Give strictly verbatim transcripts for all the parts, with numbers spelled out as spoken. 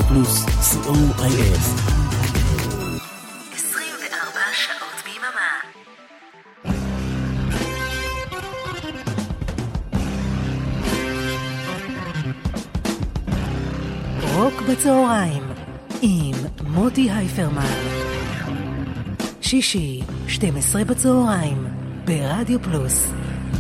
פלוס, סי או איי אס. עשרים וארבע שעות ביממה. רוק בצהריים עם מוטי הייפרמן. שישי, שתים עשרה בצהריים, ברדיו פלוס.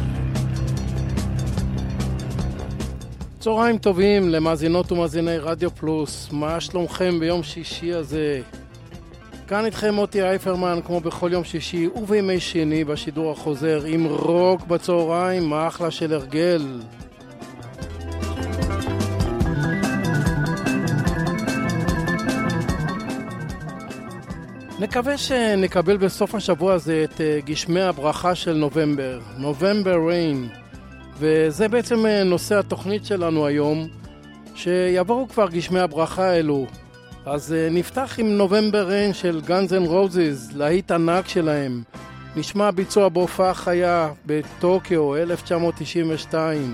צהריים טובים למאזינות ומאזיני רדיו פלוס. מה שלומכם ביום שישי הזה? כאן איתכם מוטי הייפרמן, כמו בכל יום שישי ובימי שני בשידור החוזר עם רוק בצהריים, מה אחלה של הרגל. נקווה שנקבל בסוף השבוע הזה את גשמי הברכה של נובמבר, נובמבר ריין, וזה בעצם נושא התוכנית שלנו היום, שיבואו כבר גשמי הברכה האלו. אז נפתח עם נובמבר ריין של גאנז אנד רוזס, להיט ענק שלהם. נשמע ביצוע בהופעה חיה בטוקיו אלף תשע מאות תשעים ושתיים.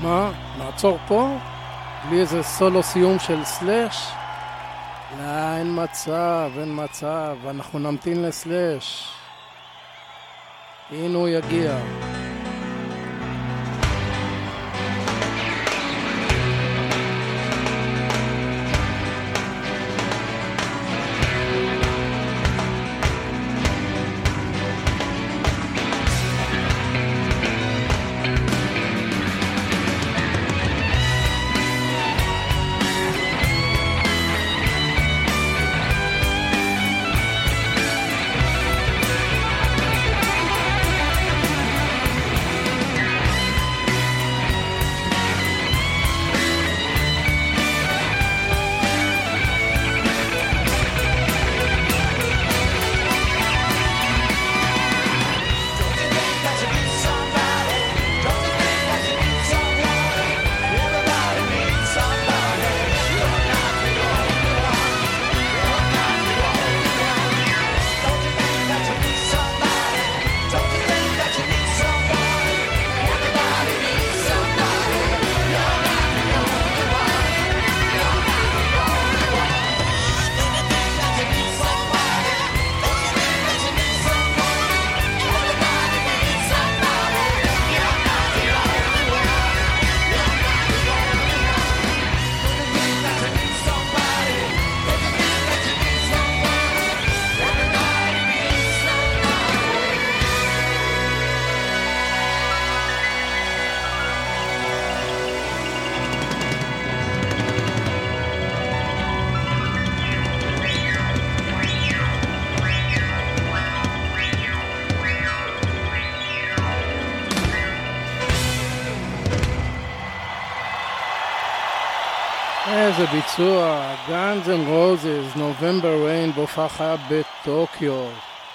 מה? נעצור פה? בלי איזה סולו סיום של סלאש? לא, אין מצב, אין מצב, אנחנו נמתין לסלאש. הנה הוא יגיע. איזה ביצוע, Guns N' Roses, November Rain, בהופעה חיה בטוקיו.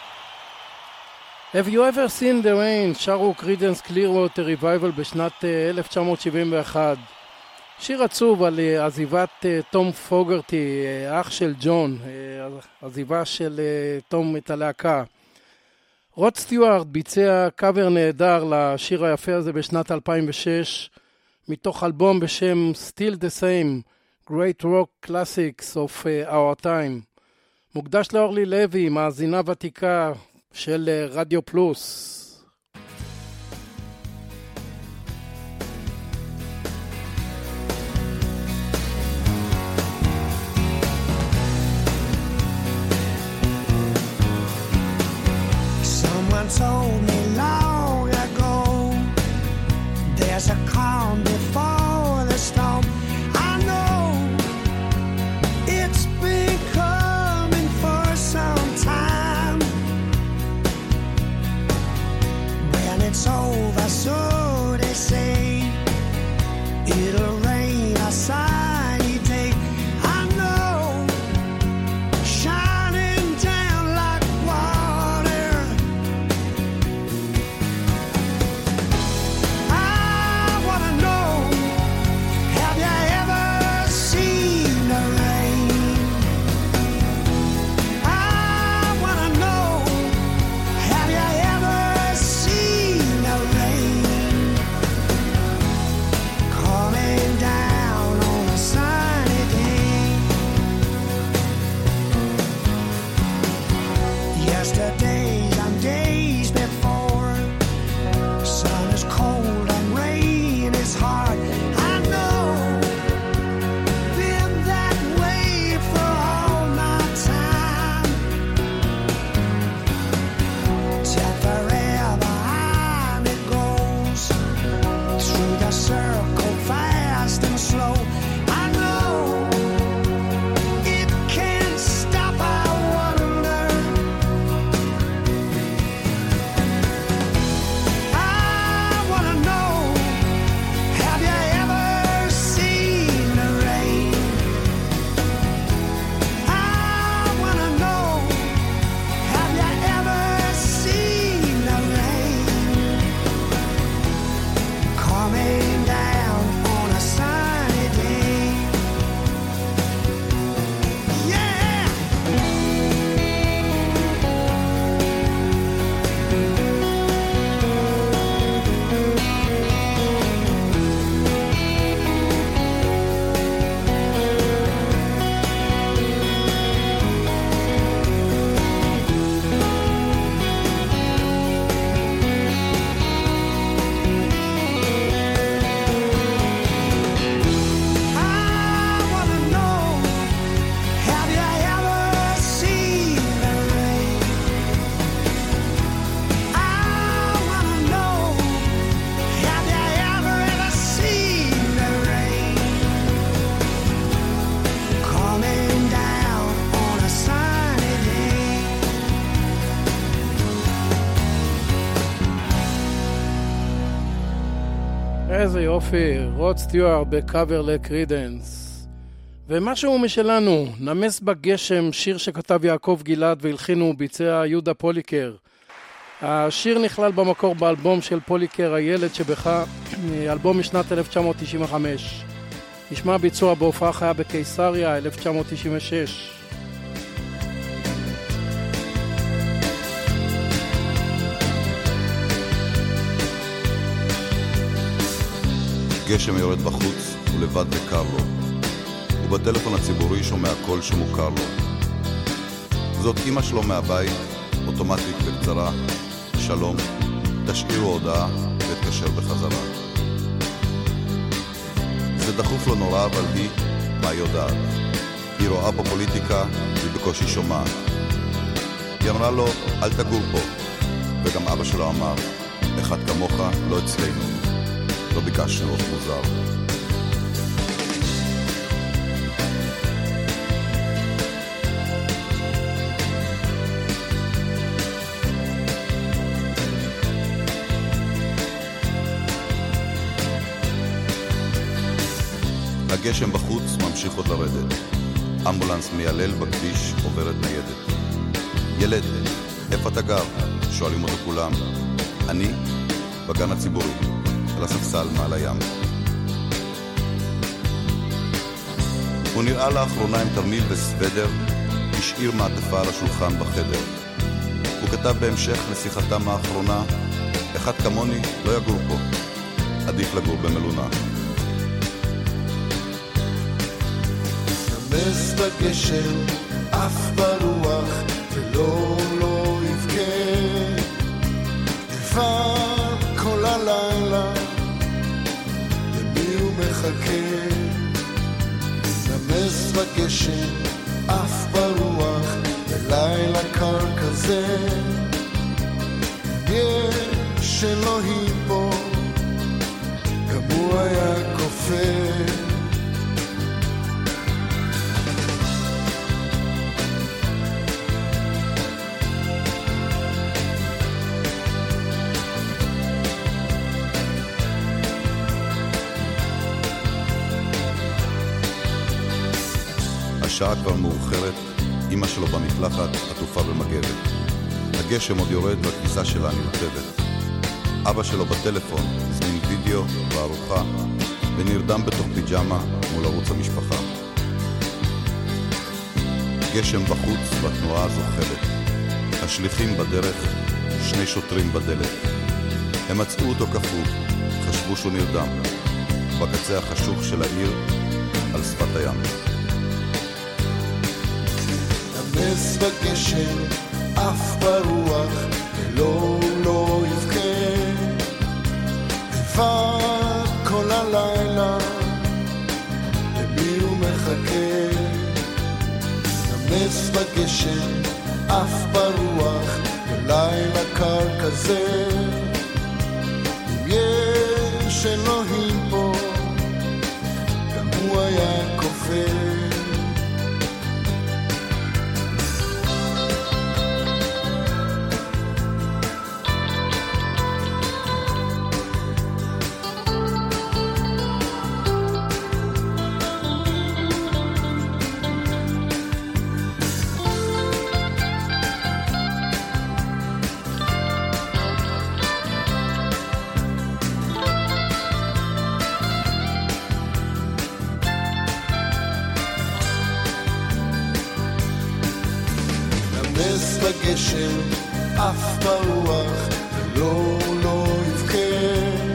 Have you ever seen the rain? שרו Creedence Clearwater Revival בשנת אלף תשע מאות שבעים ואחת. שיר עצוב על עזיבת תום פוגרטי, אח של ג'ון, עזיבה של תום את הלהקה. רוד סטיוארט ביצע קאבר נהדר לשיר היפה הזה בשנת אלפיים ושש, מתוך אלבום בשם Still the Same, Great Rock Classics of Our Time. מוקדש לאורלי לוי, מאזינה ותיקה של רדיו פלוס. Someone told me long ago there's a calm before the storm. I know it's been coming for some time. איזה יופי, רוד סטיוארט בקאבר לקרידנס. ומשהו משלנו, נמס בגשם, שיר שכתב יעקב גלעד והלחינו ביצע יהודה פוליקר. השיר נכלל במקור באלבום של פוליקר הילד שבך, אלבום משנת אלף תשע מאות תשעים וחמש. נשמע ביצוע בהופעה חיה בקיסריה אלף תשע מאות תשעים ושש. גשם יורד בחוץ ולבד וקר לו, ובטלפון הציבורי שומע קול שמוכר לו. זאת אמא שלו מהבית, אוטומטית בקצרה, שלום, תשאירו הודעה ותקשר בחזרה. זה דחוף לו נורא, אבל היא, מה היא יודעת? היא רואה פה פוליטיקה והיא בקושי שומעת. היא אמרה לו, אל תגור פה, וגם אבא שלו אמר, אחד כמוך לא אצלנו. לא ביקשנו עוד מוזר. הגשם בחוץ ממשיך עוד לרדת. אמבולנס מיילל בכביש, עוברת ניידת. ילד, איפה אתה גר? שואלים אותו כולם. אני בגן הציבורי, על הספסל מעל הים. הוא נראה לאחרונה עם תרמיל וסוודר, השאיר מעטפה על השולחן בחדר. הוא כתב בהמשך לשיחתם האחרונה, אחד כמוני לא יגור פה, עדיף לגור במלונה. נמס בגשם, אף ברוח, ולא לא יבכה. נבד כל הלילה, למי הוא מחכה? נמס בגשם, אף ברוח, בלילה קר כזה. יש אלוהים פה, גם הוא היה כופר. השעה כבר מאוחרת, אמא שלו במקלחת, עטופה במגבת. הגשם עוד יורד והכביסה שלה נרטבת. אבא שלו בטלפון, הזמין וידאו וארוחה, ונרדם בתוך פיג'מה מול ערוץ המשפחה. גשם בחוץ והתנועה זוחלת. השליחים בדרך, שני שוטרים בדלת. הם מצאו אותו כפוף, חשבו שהוא נרדם. בקצה החשוך של העיר, על שפת הים. נמס בגשם, אף ברוח, ולא לא יבכה. נבד כל הלילה, למי הוא מחכה? נמס בגשם, אף ברוח, בלילה קר כזה. אם יש אלוהים פה, גם הוא היה כופר. בגשם, אף ברוח, ולא לא יבכה.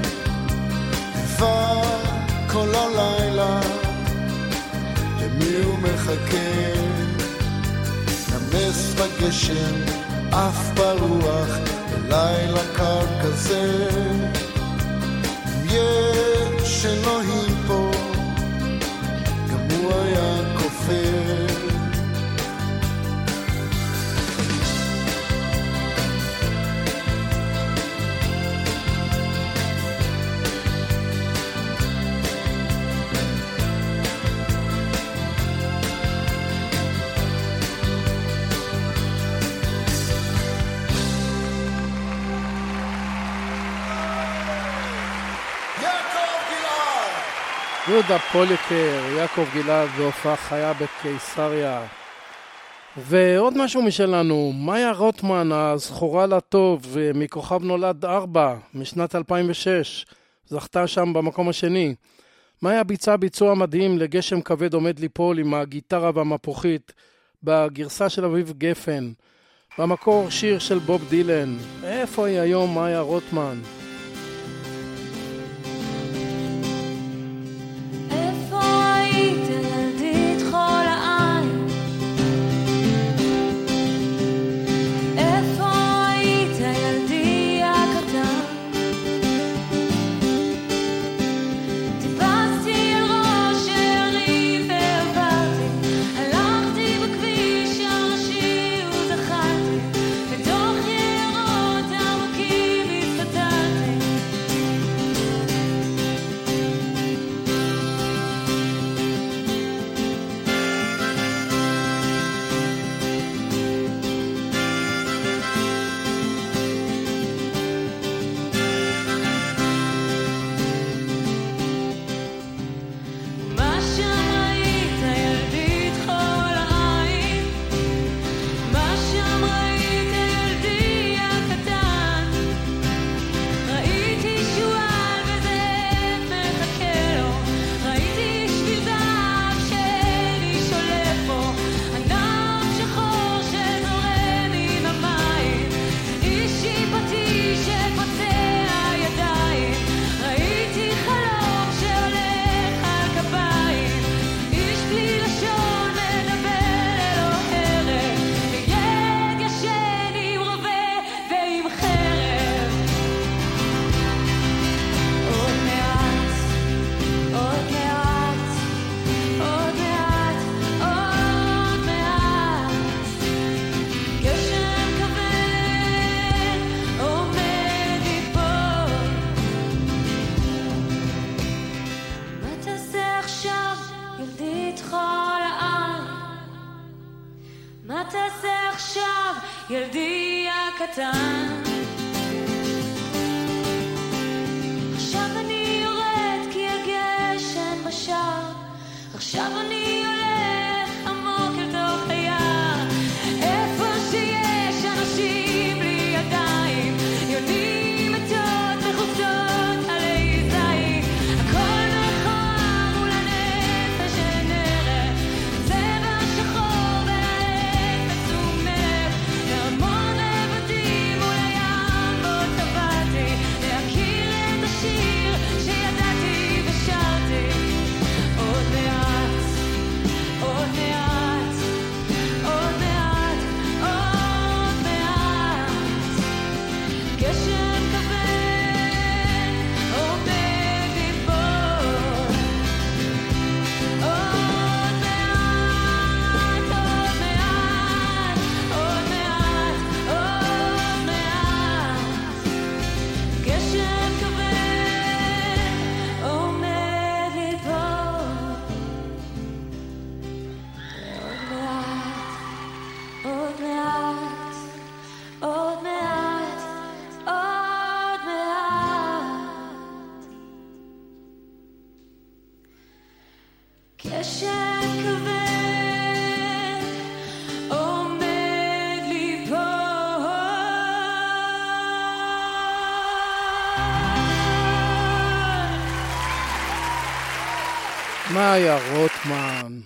נבד כל הלילה, למי הוא מחכה? נמס בגשם, אף ברוח, בלילה קר כזה. אם יש אלוהים פה, גם הוא היה כופר. יעקב יהודה פוליקר, יעקב גלעד והופעה חיה בקיסריה. ועוד משהו משלנו, מאיה רוטמן, הזכורה לטוב מכוכב נולד ארבע משנת אלפיים ושש, זכתה שם במקום השני. מאיה ביצעה ביצוע מדהים לגשם כבד עומד ליפול עם הגיטרה והמפוחית בגרסה של אביב גפן. במקור שיר של בוב דילן. איפה היא היום מאיה רוטמן? ילדי הקטן, עכשיו אני יורד כי הגשם בשער, עכשיו אני הולך עמוק אל תוך היער, איפה שיש אנשים בלי ידיים, יונים מתות מחוצות עלי זית, הכל מכוער מול הנפש שנרת, צבע שחור והעת מצומרת, והמון עבדים מול הים בו טבעתי, להכיר את השיר שידעתי ושרתי. עוד מעט, עוד מעט, עוד מעט, עוד מעט, גשם כבד עומד ליפול. עוד מעט, עוד מעט, עוד מעט, עוד מעט, גשם כבד עומד ליפול. עוד מעט, עוד מעט, עוד מעט, גשם כבד עומד ליפול. מאיה רוטמן.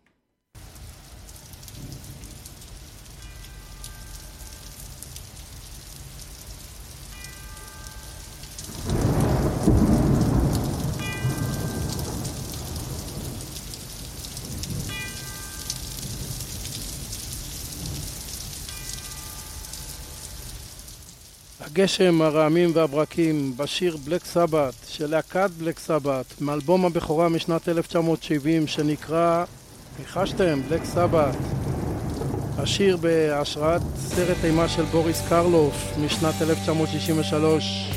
הגשם, הרעמים והברקים בשיר בלק סבת של להקת בלק סבת מאלבום הבכורה משנת אלף תשע מאות שבעים שנקרא, ניחשתם, בלק סבת. השיר בהשראת סרט אימה של בוריס קרלוף משנת אלף תשע מאות שישים ושלוש.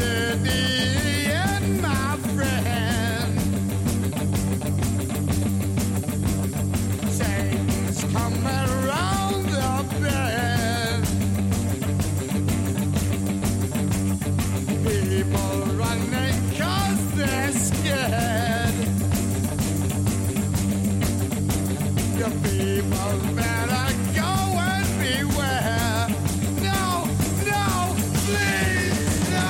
near the end, my friend. Satan's coming around the bend. People running 'cause they're scared. You people better go and beware. No, no, please, no.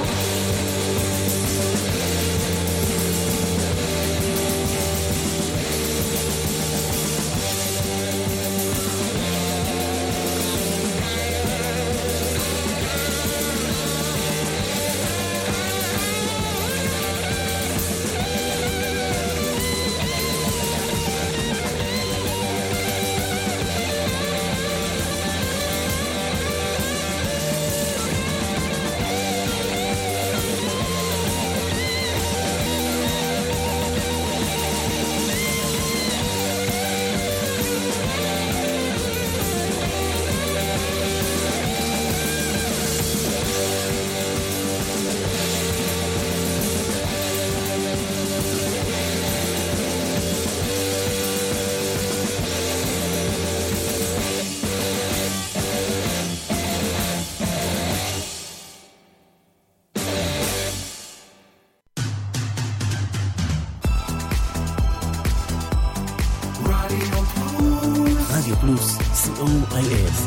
רדיו פלוס, סי או איי אס.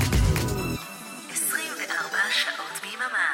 עשרים וארבע שעות ביממה.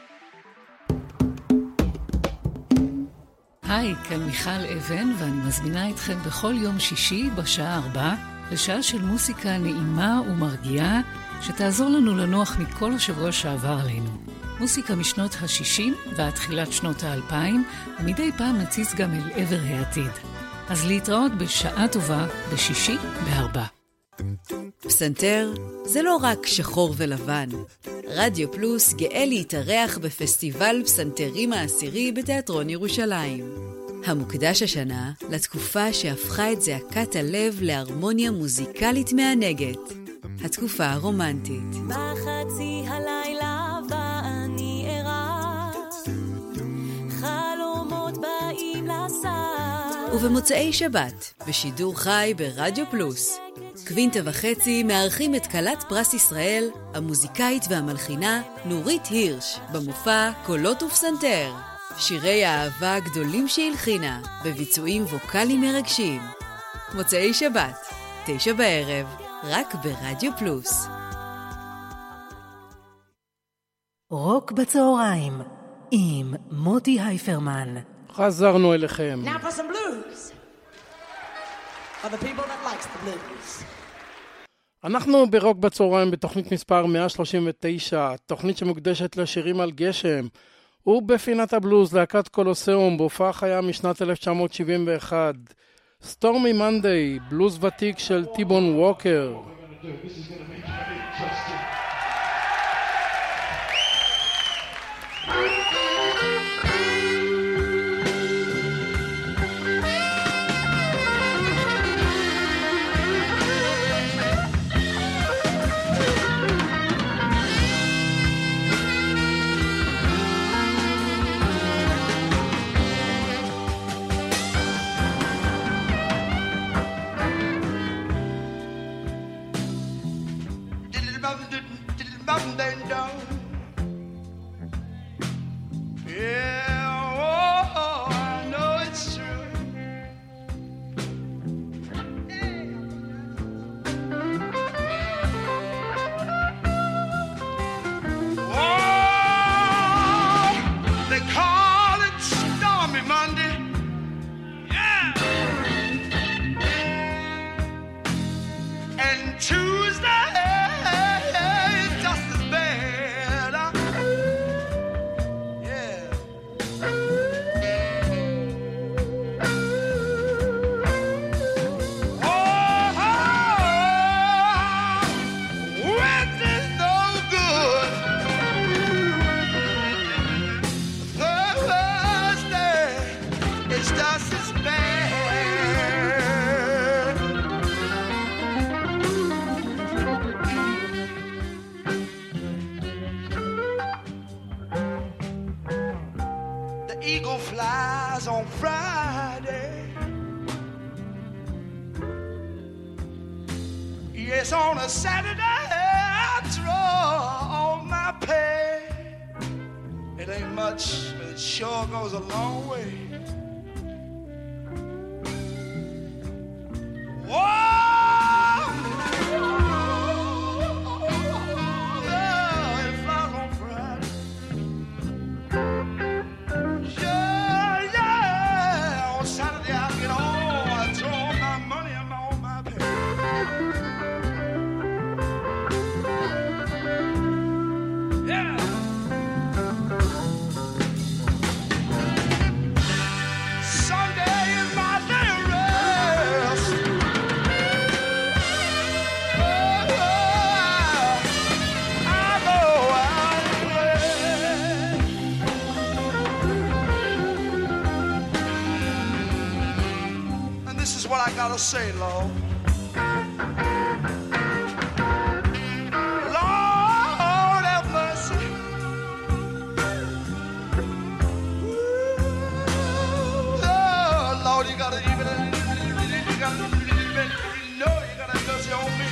היי, כאן מיכל אבן, ואני מזמינה אתכם בכל יום שישי בשעה ארבע לשעה של מוסיקה נעימה ומרגיעה שתעזור לנו לנוח מכל השבוע שעבר עלינו. מוסיקה משנות ה-שישים ועד תחילת שנות ה-אלפיים, ומדי פעם נציץ גם אל עבר העתיד. אז להתראות בשעה טובה בשישי בארבע. פסנתר זה לא רק שחור ולבן. רדיו פלוס גאה להתארח בפסטיבל פסנתרים העשירי בתיאטרון ירושלים. המוקדש השנה לתקופה שהפכה את זעקת הלב להרמוניה מוזיקלית מענגת. התקופה הרומנטית. בחצי הלילה ואני ערה, חלומות באים לסל. ובמוצאי שבת, בשידור חי ברדיו פלוס. קווינטה וחצי מארחים את כלת פרס ישראל, המוזיקאית והמלחינה נורית הירש, במופע קולות ופסנתר. שירי האהבה הגדולים שהלחינה, בביצועים ווקליים מרגשים. מוצאי שבת, תשע בערב, רק ברדיו פלוס. רוק בצהריים, עם מוטי הייפרמן. חזרנו אליכם. Now for some blues. For the people that likes the blues. אנחנו ברוק בצהריים בתוכנית מספר מאה שלושים ותשע, תוכנית שמוקדשת לשירים על גשם, ובפינת הבלוז להקת קולוסיאום בהופעה חיה משנת אלף תשע מאות שבעים ואחת. סטורמי מנדיי, בלוז ותיק של טיבון ווקר. eagle flies on Friday. Yes, on a Saturday I draw all my pay. It ain't much, but it sure goes a long way. Whoa! Gotta say, Lord, Lord have mercy. Ooh, oh, Lord, you gotta even, you gotta, you know, you gotta have mercy on me.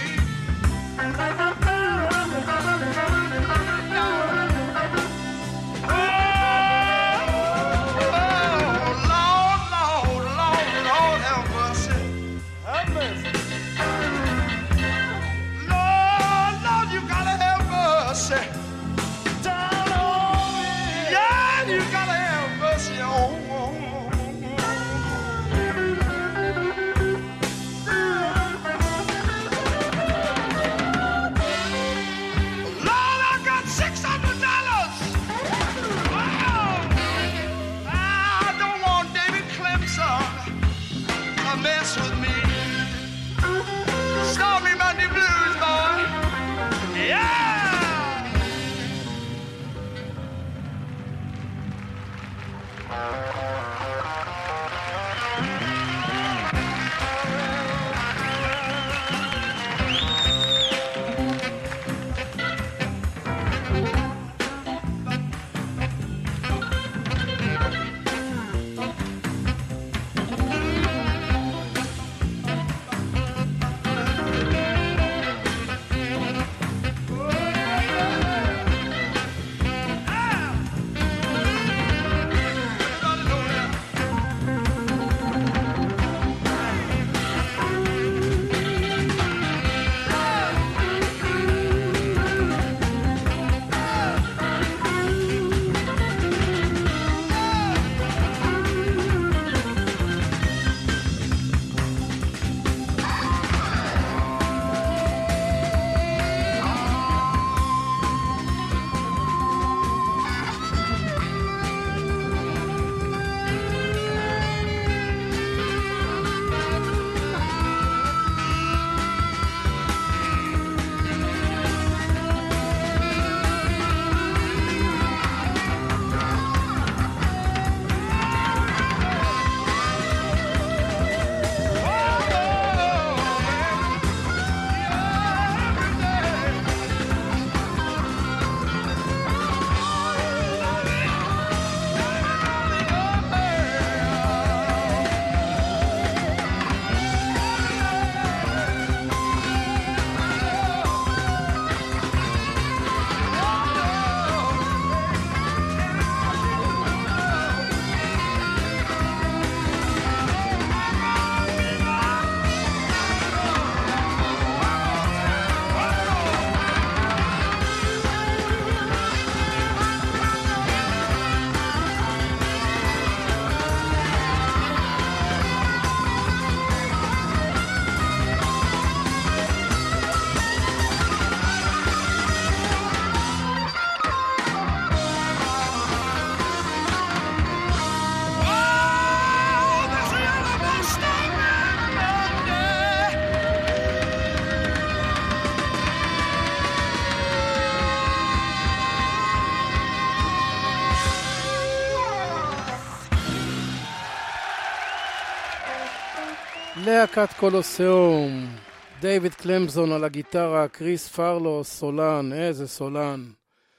להקת קולוסיאום, דיוויד קלמזון על הגיטרה, קריס פרלו, סולן, איזה סולן.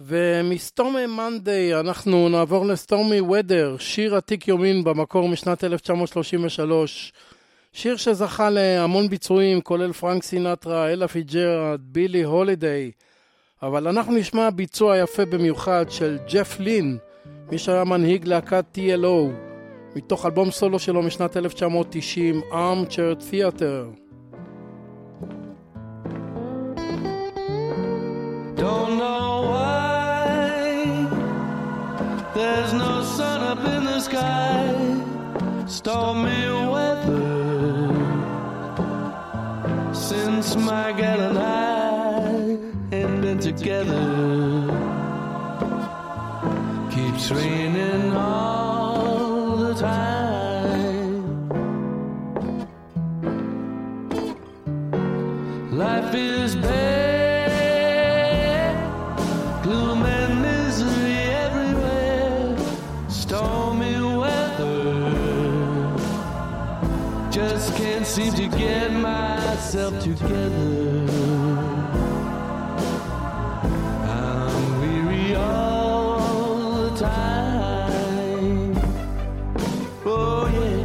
ומסטורמי מנדי אנחנו נעבור לסטורמי וודר, שיר עתיק יומין במקור משנת אלף תשע מאות שלושים ושלוש. שיר שזכה להמון ביצועים, כולל פרנק סינטרה, אלה פיג'ראלד, בילי הולידיי. אבל אנחנו נשמע ביצוע יפה במיוחד של ג'ף לין, מי שהיה מנהיג להקת טי אל או, מתוך אלבום סולו שלו משנת אלף תשע מאות תשעים, Armchair Theater. Don't know why there's no sun up in the sky. Stormy weather since my gal and I ain't been together. Keeps raining all the time. Life is bad, gloom and misery everywhere. Stormy weather, just can't seem to get myself together. I'm weary all the time. Oh yeah.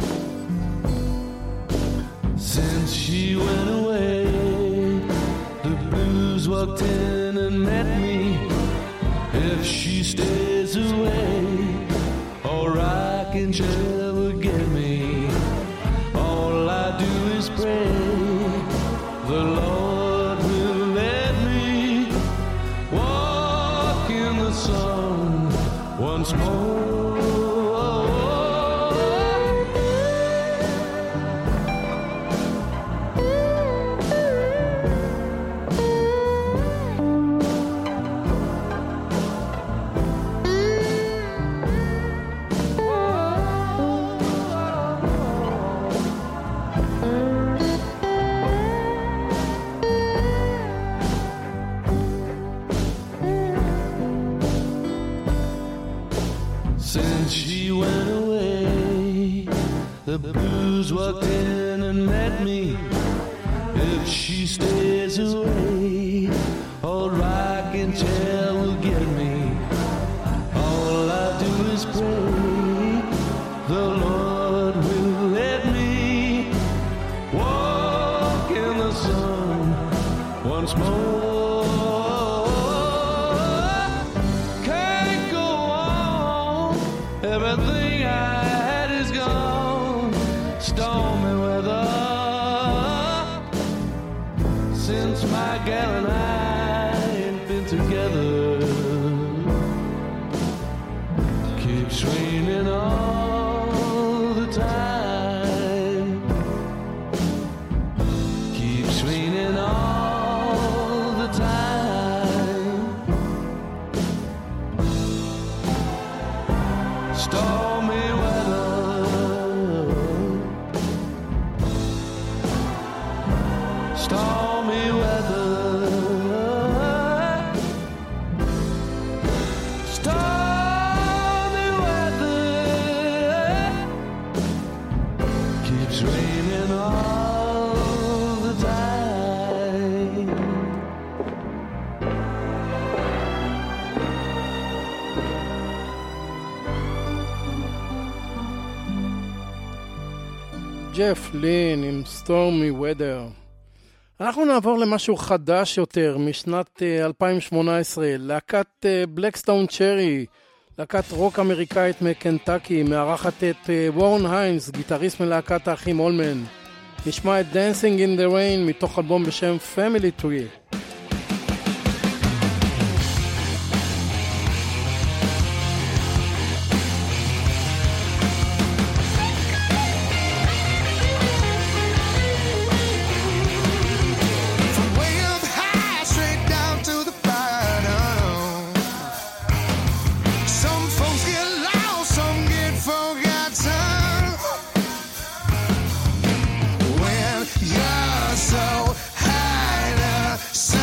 Since she went away, the blues walked in and met me. If she stays away, or rocking chair will get me. All I do is pray the Lord will let me walk in the sun once more. The blues walked in and met me. If she stays away, old rocking chair will get me. All I do is pray the Lord will let me walk in the sun once more. Can't go on, everything I had is gone. Stormy weather since my gal and I ain't been together. Keeps raining all the time. Keeps raining all the time. Stormy weather. Stormy weather. Stormy weather. Keeps raining all the time. ג'ף לין עם סטורמי וודר. אנחנו נעבור למשהו חדש יותר משנת אלפיים שמונה עשרה, להקת בלקסטון צ'רי, להקת רוק אמריקאית מקנטקי, מארחת את וורן היינס, גיטריסט מלהקת האחים אולמן. נשמע את Dancing in the Rain מתוך אלבום בשם Family Tree. So high, so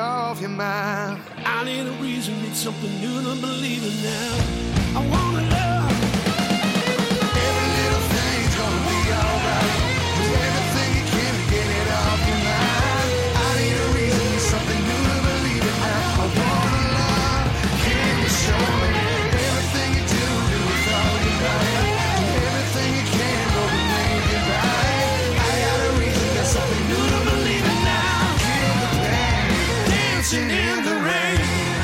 off your mind. I need a reason, need something new to believe in now. I wanna love. Every little thing's gonna be alright. Do everything you can to get it off your mind. I need a reason, need something new to believe in now. I wanna love. Can you show me everything you do, do with all your might? Do everything you can, Lord, to make it right. I got a reason, got something new to believe in now. Kill the pain, dancing in the rain.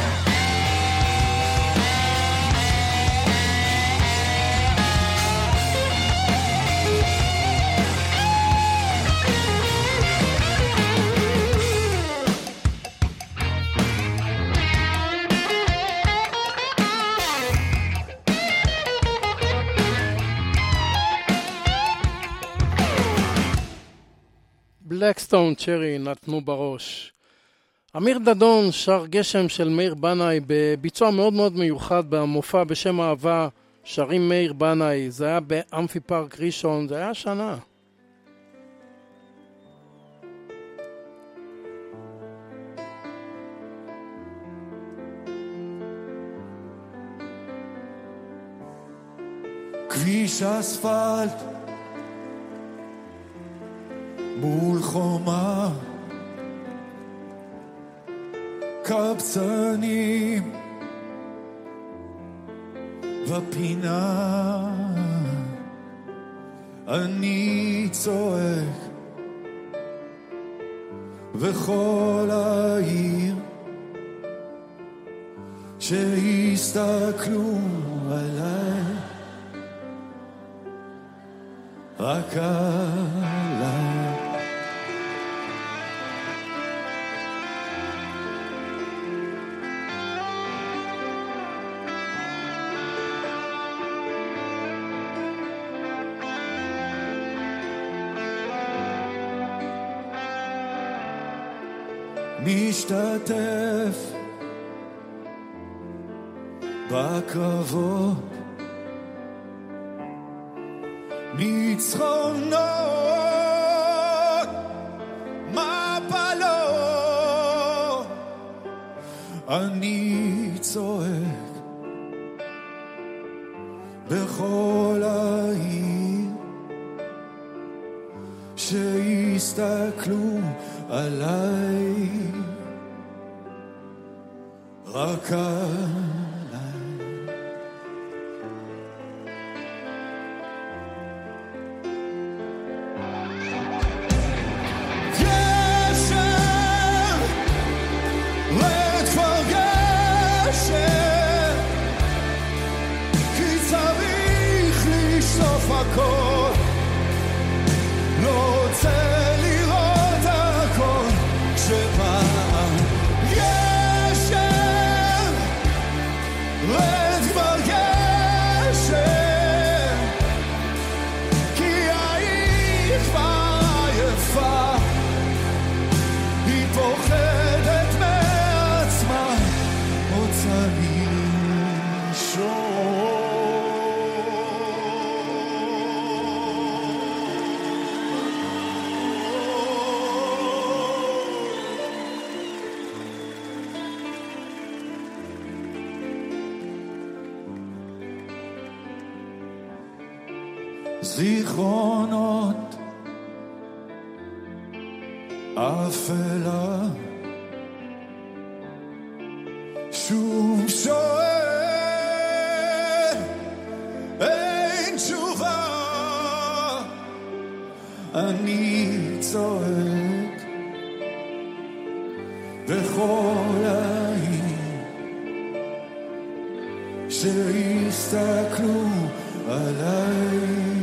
בלקסטון צ'רי נתנו בראש. אמיר דדון שר גשם של מאיר בנאי בביצוע מאוד מאוד מיוחד במופע בשם אהבה שרים מאיר בנאי. זה היה באמפי פארק ראשון, זה היה שנה. כביש אספלט מול חומה קבצנים בפינה אני צועק בכל העיר שהסתכלו עליי רק עליי משתתף בקרבות ניצחונות מפלות אני צועק בכל העיר שהסתכלו עליי רק עליי גשם רד כבר גשם כי צריך לשטוף הכל לא רוצה לראות הכל כשפעם גשם רד כבר גשם כי העיר כבר עייפה היא פוחדת מעצמה רוצה לישון זיכרונות אפלה שום שואל אין תשובה אני צועק בכל העיר שהסתכלו עליי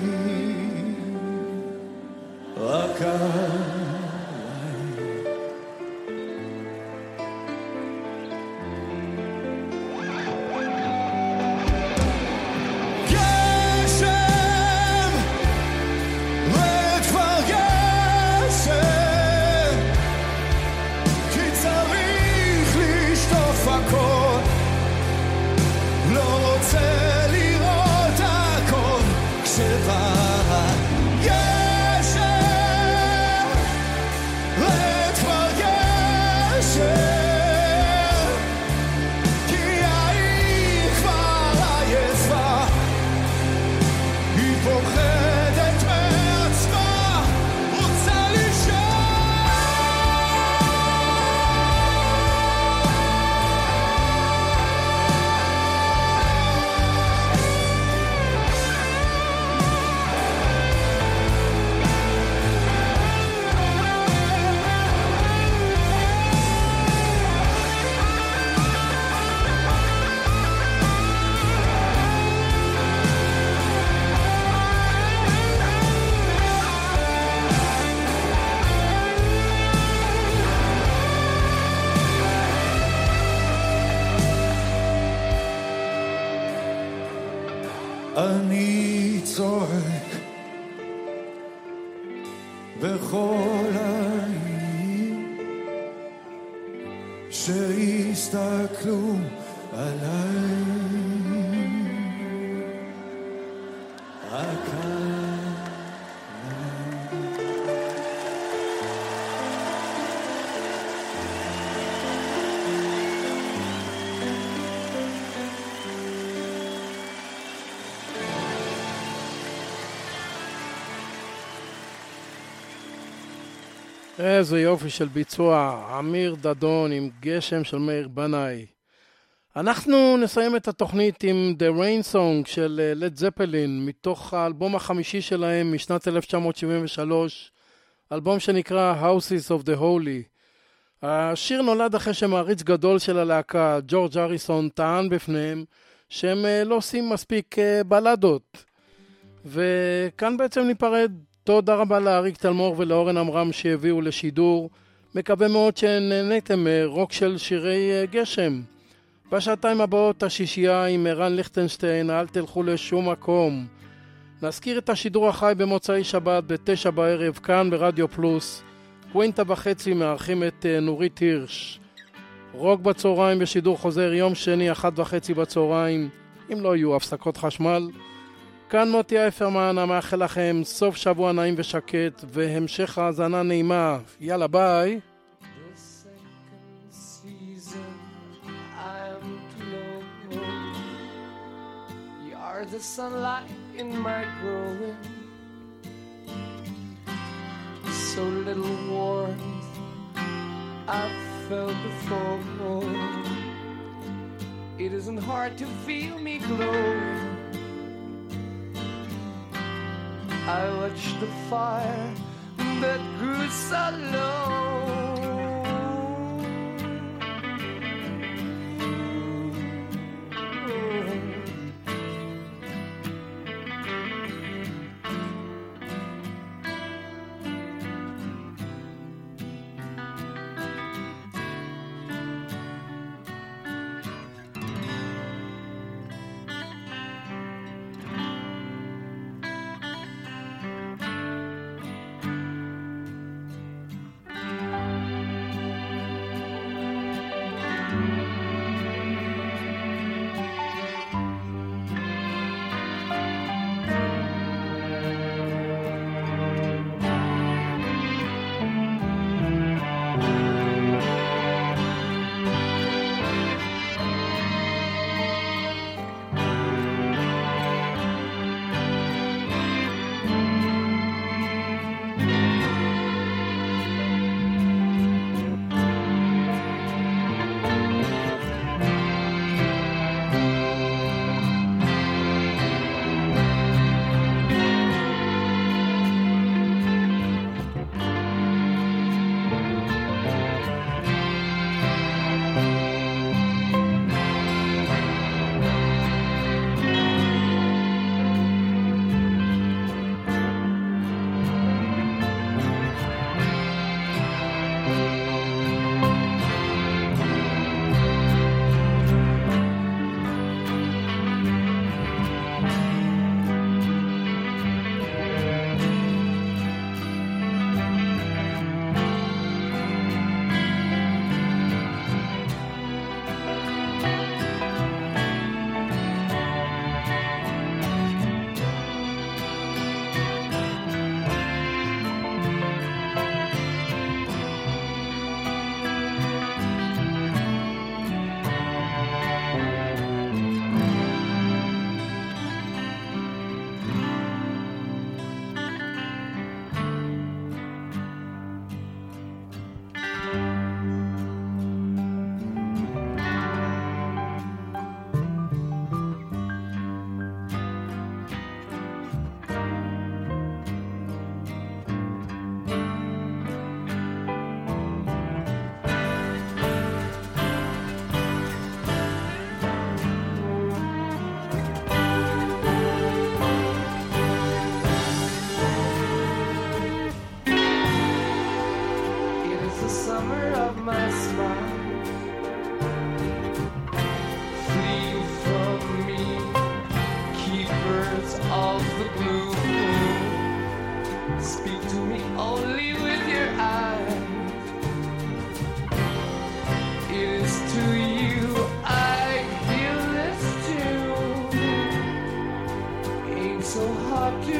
רק גשם רד כבר גשם כי צריך לשטוף הכל לא רוצה לראות הכל כשבא גשם רד כבר גשם צועק בכל העיר שיסתכלו עליי רק איזה יופי של ביצוע, אמיר דדון עם גשם של מאיר בנאי. אנחנו נסיים את התוכנית עם The Rain Song של לד זפלין, מתוך האלבום החמישי שלהם משנת אלף תשע מאות שבעים ושלוש, אלבום שנקרא Houses of the Holy. השיר נולד אחרי שמעריץ גדול של הלהקה, ג'ורג' אריסון, טען בפניהם שהם לא עושים מספיק בלדות. וכאן בעצם ניפרד. תודה רבה לאריק תלמור ולאורן אמרם שהביאו לשידור. מקווה מאוד שנהניתם רוק של שירי גשם. בשעתיים הבאות השישייה עם ערן ליכטנשטיין, אל תלכו לשום מקום. נזכיר את השידור החי במוצאי שבת בתשע בערב כאן ברדיו פלוס. קווינטה וחצי מארחים את נורית הירש. רוק בצהריים בשידור חוזר יום שני אחת וחצי בצהריים, אם לא יהיו הפסקות חשמל. כאן מוטי אייפרמן, המאחל לכם סוף שבוע נעים ושקט והמשך האזנה נעימה. יאללה ביי. The sunlight in my growing, so little warmth I've felt before. It isn't hard to feel me glowing. I watched the fire that grew so low.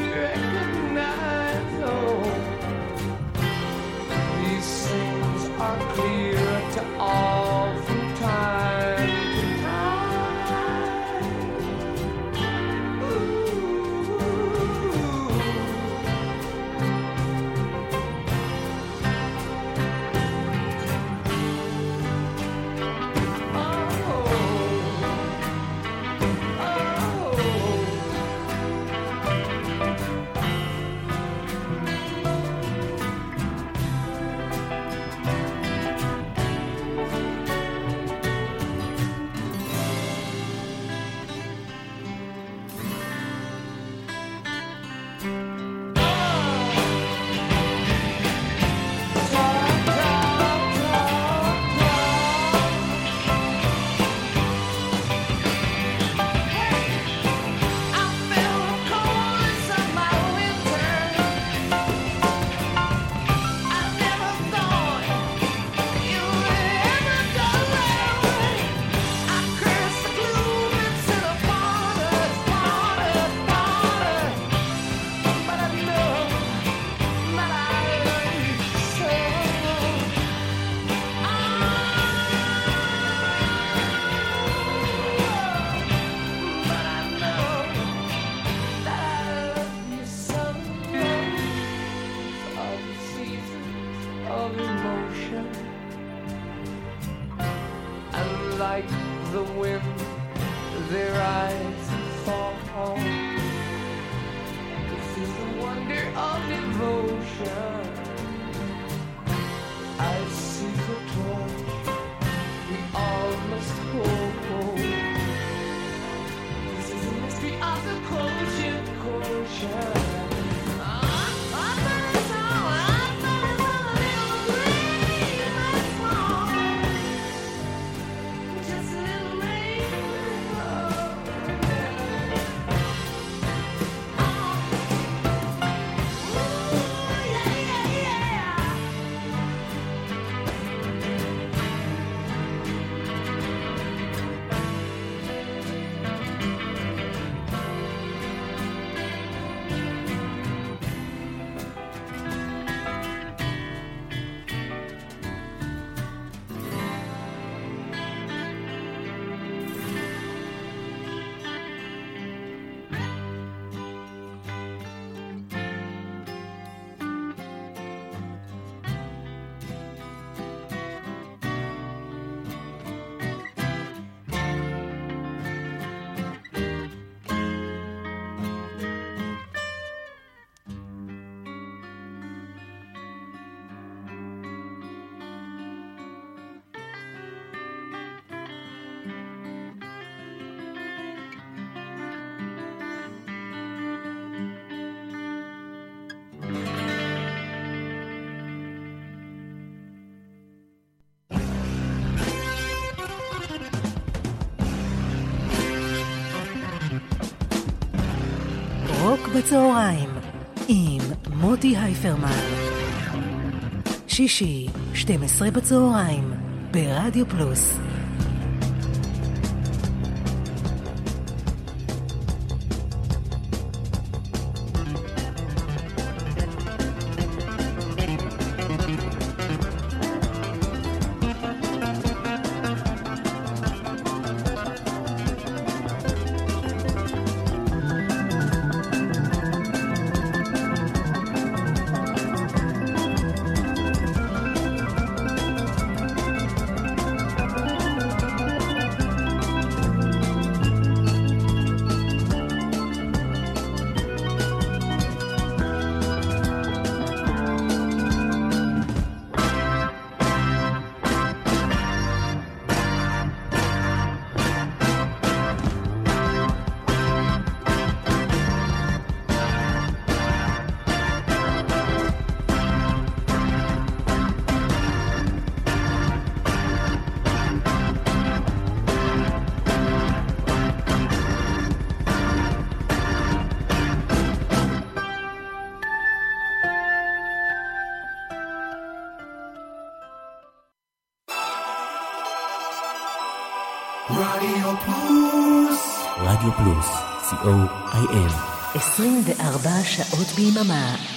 recognize. Oh, these things are clear to all from time to time. Like the wind, they rise and fall. This is the wonder of devotion. I see the torch we all must hold. This is the mystery of the quotient quotient. רוק בצהריים עם מוטי הייפרמן. שישי, שתים עשרה בצהריים, ברדיו פלוס. רדיו פלוס, סי או איי אל, עשרים וארבע שעות ביממה.